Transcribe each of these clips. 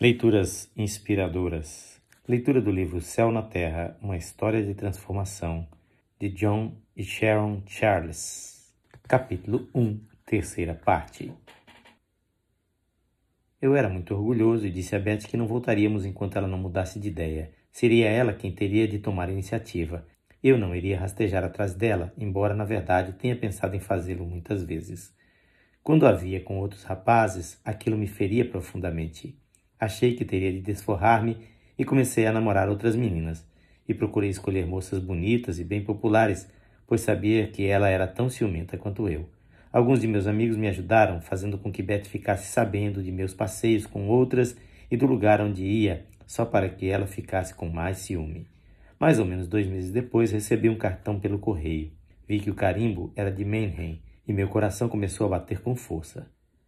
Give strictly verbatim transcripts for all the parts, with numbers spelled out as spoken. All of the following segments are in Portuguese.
Leituras inspiradoras. Leitura do livro Céu na Terra, uma história de transformação, de John e Sharon Charles. Capítulo um, terceira parte. Eu era muito orgulhoso e disse a Betty que não voltaríamos enquanto ela não mudasse de ideia. Seria ela quem teria de tomar a iniciativa. Eu não iria rastejar atrás dela, embora na verdade tenha pensado em fazê-lo muitas vezes. Quando a via com outros rapazes, aquilo me feria profundamente. Achei que teria de desforrar-me e comecei a namorar outras meninas. E procurei escolher moças bonitas e bem populares, pois sabia que ela era tão ciumenta quanto eu. Alguns de meus amigos me ajudaram, fazendo com que Betty ficasse sabendo de meus passeios com outras e do lugar onde ia, só para que ela ficasse com mais ciúme. Mais ou menos dois meses depois, recebi um cartão pelo correio. Vi que o carimbo era de Mannheim e meu coração começou a bater com força.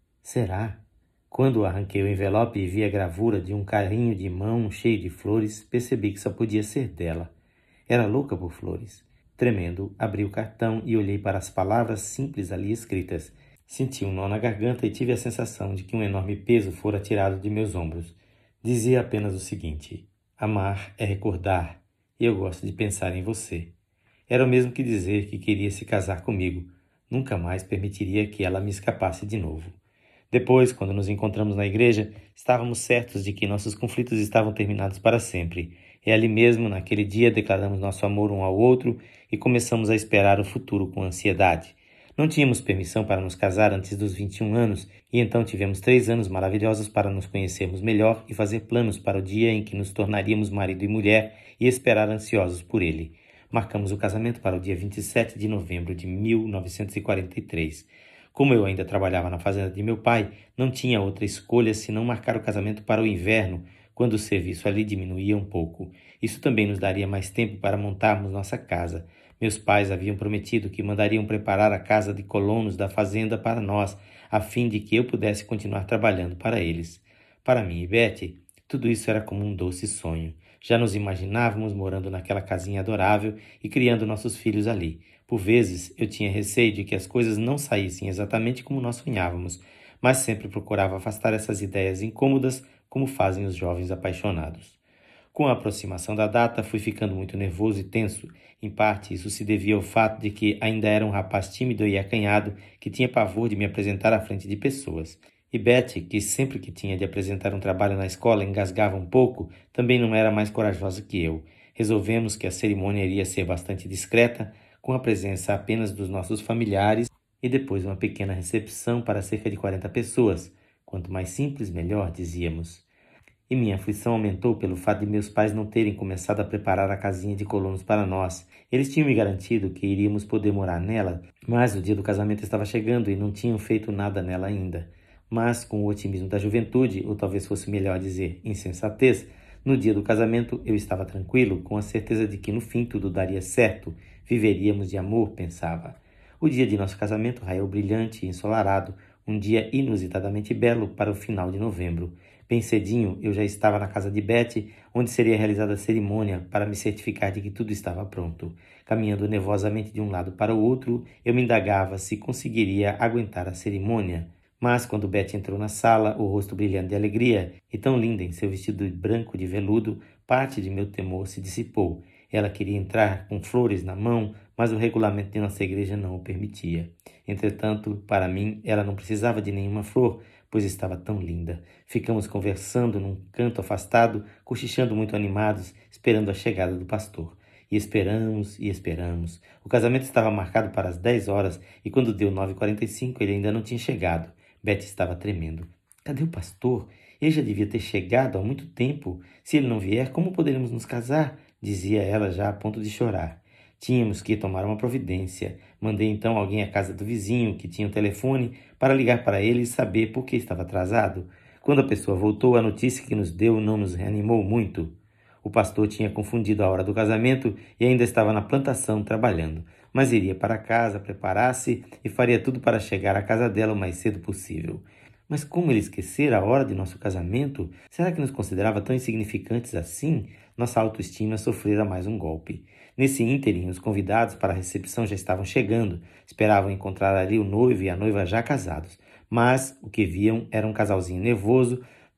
Será? Quando arranquei o envelope e vi a gravura de um carrinho de mão cheio de flores, percebi que só podia ser dela. Era louca por flores. Tremendo, abri o cartão e olhei para as palavras simples ali escritas. Senti um nó na garganta e tive a sensação de que um enorme peso fora tirado de meus ombros. Dizia apenas o seguinte: amar é recordar, e eu gosto de pensar em você. Era o mesmo que dizer que queria se casar comigo. Nunca mais permitiria que ela me escapasse de novo. Depois, quando nos encontramos na igreja, estávamos certos de que nossos conflitos estavam terminados para sempre. E ali mesmo, naquele dia, declaramos nosso amor um ao outro e começamos a esperar o futuro com ansiedade. Não tínhamos permissão para nos casar antes dos vinte e um anos, e então tivemos três anos maravilhosos para nos conhecermos melhor e fazer planos para o dia em que nos tornaríamos marido e mulher e esperar ansiosos por ele. Marcamos o casamento para o dia vinte e sete de novembro de mil novecentos e quarenta e três. Como eu ainda trabalhava na fazenda de meu pai, não tinha outra escolha senão marcar o casamento para o inverno, quando o serviço ali diminuía um pouco. Isso também nos daria mais tempo para montarmos nossa casa. Meus pais haviam prometido que mandariam preparar a casa de colonos da fazenda para nós, a fim de que eu pudesse continuar trabalhando para eles. Para mim e Betty, tudo isso era como um doce sonho. Já nos imaginávamos morando naquela casinha adorável e criando nossos filhos ali. Por vezes, eu tinha receio de que as coisas não saíssem exatamente como nós sonhávamos, mas sempre procurava afastar essas ideias incômodas, como fazem os jovens apaixonados. Com a aproximação da data, fui ficando muito nervoso e tenso. Em parte, isso se devia ao fato de que ainda era um rapaz tímido e acanhado que tinha pavor de me apresentar à frente de pessoas. E Betty, que sempre que tinha de apresentar um trabalho na escola engasgava um pouco, também não era mais corajosa que eu. Resolvemos que a cerimônia iria ser bastante discreta, com a presença apenas dos nossos familiares e depois uma pequena recepção para cerca de quarenta pessoas. Quanto mais simples, melhor, dizíamos. E minha aflição aumentou pelo fato de meus pais não terem começado a preparar a casinha de colonos para nós. Eles tinham me garantido que iríamos poder morar nela, mas o dia do casamento estava chegando e não tinham feito nada nela ainda. Mas, com o otimismo da juventude, ou talvez fosse melhor dizer insensatez, no dia do casamento eu estava tranquilo, com a certeza de que no fim tudo daria certo. Viveríamos de amor, pensava. O dia de nosso casamento raiou brilhante e ensolarado, um dia inusitadamente belo para o final de novembro. Bem cedinho, eu já estava na casa de Betty, onde seria realizada a cerimônia, para me certificar de que tudo estava pronto. Caminhando nervosamente de um lado para o outro, eu me indagava se conseguiria aguentar a cerimônia. Mas quando Betty entrou na sala, o rosto brilhando de alegria, e tão linda em seu vestido branco de veludo, parte de meu temor se dissipou. Ela queria entrar com flores na mão, mas o regulamento de nossa igreja não o permitia. Entretanto, para mim, ela não precisava de nenhuma flor, pois estava tão linda. Ficamos conversando num canto afastado, cochichando muito animados, esperando a chegada do pastor. E esperamos, e esperamos. O casamento estava marcado para as dez horas, e quando deu nove e quarenta e cinco, ele ainda não tinha chegado. Betty estava tremendo. Cadê o pastor? Ele já devia ter chegado há muito tempo. Se ele não vier, como poderemos nos casar? Dizia ela já a ponto de chorar. Tínhamos que tomar uma providência. Mandei então alguém à casa do vizinho, que tinha o telefone, para ligar para ele e saber por que estava atrasado. Quando a pessoa voltou, a notícia que nos deu não nos reanimou muito. O pastor tinha confundido a hora do casamento e ainda estava na plantação trabalhando, mas iria para casa, preparar-se e faria tudo para chegar à casa dela o mais cedo possível. Mas como ele esquecera a hora de nosso casamento? Será que nos considerava tão insignificantes assim? Nossa autoestima sofrera mais um golpe. Nesse ínterim, os convidados para a recepção já estavam chegando. Esperavam encontrar ali o noivo e a noiva já casados. Mas o que viam era um casalzinho nervoso,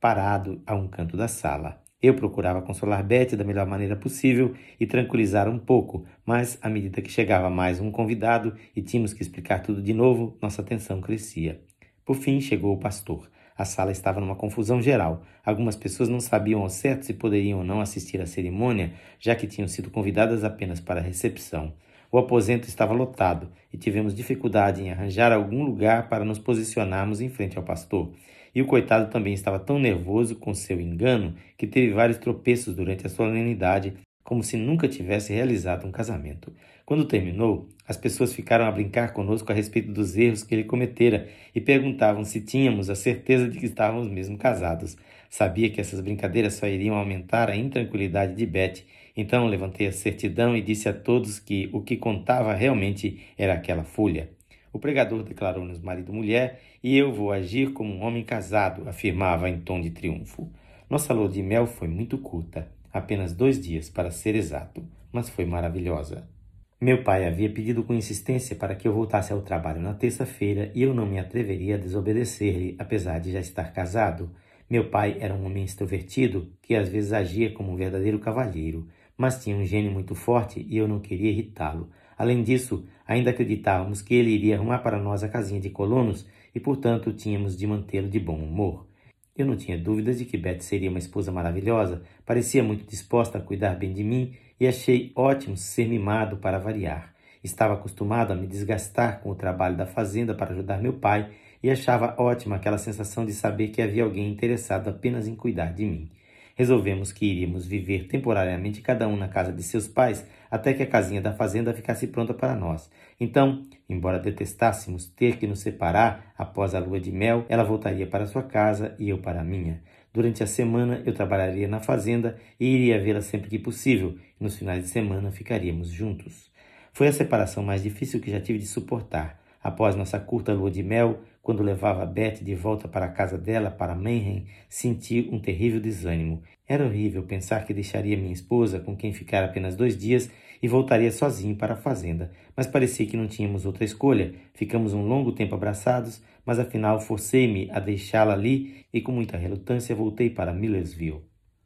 parado a um canto da sala. Eu procurava consolar Betty da melhor maneira possível e tranquilizar um pouco, mas à medida que chegava mais um convidado e tínhamos que explicar tudo de novo, nossa tensão crescia. Por fim, chegou o pastor. A sala estava numa confusão geral. Algumas pessoas não sabiam ao certo se poderiam ou não assistir à cerimônia, já que tinham sido convidadas apenas para a recepção. O aposento estava lotado e tivemos dificuldade em arranjar algum lugar para nos posicionarmos em frente ao pastor. E o coitado também estava tão nervoso com seu engano que teve vários tropeços durante a solenidade, como se nunca tivesse realizado um casamento. Quando terminou, as pessoas ficaram a brincar conosco a respeito dos erros que ele cometera e perguntavam se tínhamos a certeza de que estávamos mesmo casados. Sabia que essas brincadeiras só iriam aumentar a intranquilidade de Betty, então levantei a certidão e disse a todos que o que contava realmente era aquela folha. O pregador declarou-nos marido e mulher e eu vou agir como um homem casado, afirmava em tom de triunfo. Nossa lua de mel foi muito curta, apenas dois dias para ser exato, mas foi maravilhosa. Meu pai havia pedido com insistência para que eu voltasse ao trabalho na terça-feira e eu não me atreveria a desobedecer-lhe, apesar de já estar casado. Meu pai era um homem extrovertido que às vezes agia como um verdadeiro cavalheiro, mas tinha um gênio muito forte e eu não queria irritá-lo. Além disso, ainda acreditávamos que ele iria arrumar para nós a casinha de colonos e, portanto, tínhamos de mantê-lo de bom humor. Eu não tinha dúvidas de que Betty seria uma esposa maravilhosa, parecia muito disposta a cuidar bem de mim e achei ótimo ser mimado para variar. Estava acostumado a me desgastar com o trabalho da fazenda para ajudar meu pai e achava ótima aquela sensação de saber que havia alguém interessado apenas em cuidar de mim. Resolvemos que iríamos viver temporariamente cada um na casa de seus pais até que a casinha da fazenda ficasse pronta para nós. Então, embora detestássemos ter que nos separar após a lua de mel, ela voltaria para sua casa e eu para a minha. Durante a semana eu trabalharia na fazenda e iria vê-la sempre que possível, e nos finais de semana ficaríamos juntos. Foi a separação mais difícil que já tive de suportar. Após nossa curta lua de mel, quando levava Betty de volta para a casa dela, para Mayhem, senti um terrível desânimo. Era horrível pensar que deixaria minha esposa, com quem ficara apenas dois dias, e voltaria sozinho para a fazenda. Mas parecia que não tínhamos outra escolha. Ficamos um longo tempo abraçados, mas afinal forcei-me a deixá-la ali e com muita relutância voltei para Millersville.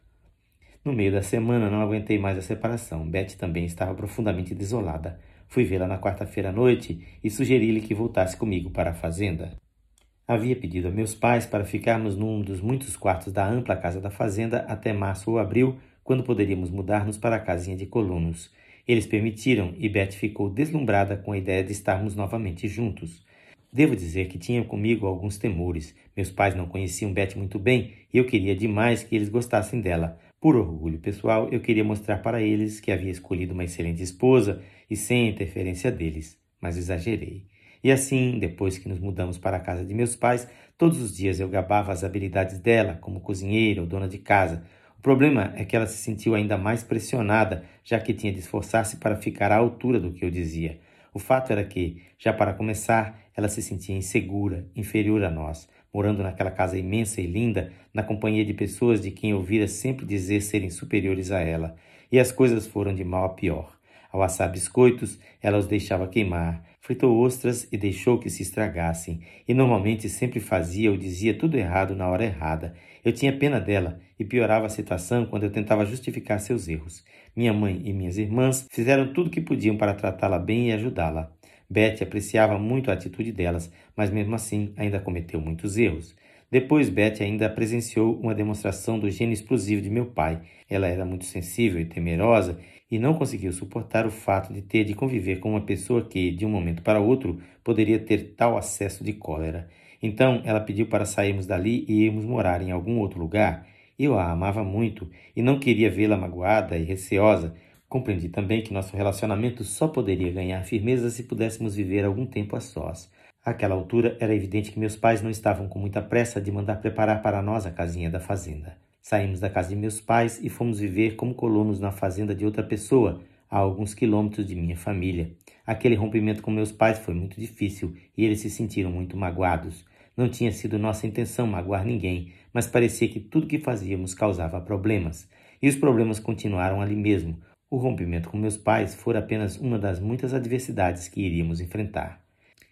No meio da semana não aguentei mais a separação. Betty também estava profundamente desolada. Fui vê-la na quarta-feira à noite e sugeri-lhe que voltasse comigo para a fazenda. Havia pedido a meus pais para ficarmos num dos muitos quartos da ampla casa da fazenda até março ou abril, quando poderíamos mudar-nos para a casinha de colonos. Eles permitiram e Betty ficou deslumbrada com a ideia de estarmos novamente juntos. Devo dizer que tinha comigo alguns temores. Meus pais não conheciam Betty muito bem e eu queria demais que eles gostassem dela. Por orgulho pessoal, eu queria mostrar para eles que havia escolhido uma excelente esposa e sem a interferência deles, mas exagerei. E assim, depois que nos mudamos para a casa de meus pais, todos os dias eu gabava as habilidades dela como cozinheira ou dona de casa. O problema é que ela se sentiu ainda mais pressionada, já que tinha de esforçar-se para ficar à altura do que eu dizia. O fato era que, já para começar, ela se sentia insegura, inferior a nós, morando naquela casa imensa e linda, na companhia de pessoas de quem ouvira sempre dizer serem superiores a ela. E as coisas foram de mal a pior. Ao assar biscoitos, ela os deixava queimar, fritou ostras e deixou que se estragassem, e normalmente sempre fazia ou dizia tudo errado na hora errada. Eu tinha pena dela e piorava a situação quando eu tentava justificar seus erros. Minha mãe e minhas irmãs fizeram tudo o que podiam para tratá-la bem e ajudá-la. Betty apreciava muito a atitude delas, mas mesmo assim ainda cometeu muitos erros. Depois Betty ainda presenciou uma demonstração do gênio explosivo de meu pai. Ela era muito sensível e temerosa e não conseguiu suportar o fato de ter de conviver com uma pessoa que, de um momento para outro, poderia ter tal acesso de cólera. Então ela pediu para sairmos dali e irmos morar em algum outro lugar. Eu a amava muito e não queria vê-la magoada e receosa. Compreendi também que nosso relacionamento só poderia ganhar firmeza se pudéssemos viver algum tempo a sós. Àquela altura, era evidente que meus pais não estavam com muita pressa de mandar preparar para nós a casinha da fazenda. Saímos da casa de meus pais e fomos viver como colonos na fazenda de outra pessoa, a alguns quilômetros de minha família. Aquele rompimento com meus pais foi muito difícil e eles se sentiram muito magoados. Não tinha sido nossa intenção magoar ninguém, mas parecia que tudo que fazíamos causava problemas. E os problemas continuaram ali mesmo. O rompimento com meus pais fora apenas uma das muitas adversidades que iríamos enfrentar.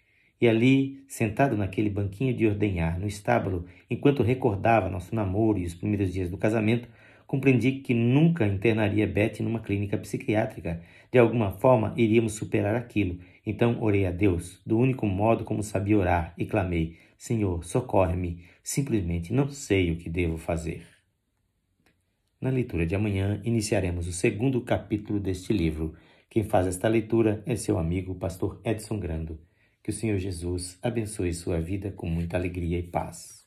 E ali, sentado naquele banquinho de ordenhar no estábulo, enquanto recordava nosso namoro e os primeiros dias do casamento, compreendi que nunca internaria Beth numa clínica psiquiátrica. De alguma forma, iríamos superar aquilo. Então orei a Deus, do único modo como sabia orar, e clamei: Senhor, socorre-me. Simplesmente não sei o que devo fazer. Na leitura de amanhã, iniciaremos o segundo capítulo deste livro. Quem faz esta leitura é seu amigo, pastor Edson Grando. Que o Senhor Jesus abençoe sua vida com muita alegria e paz.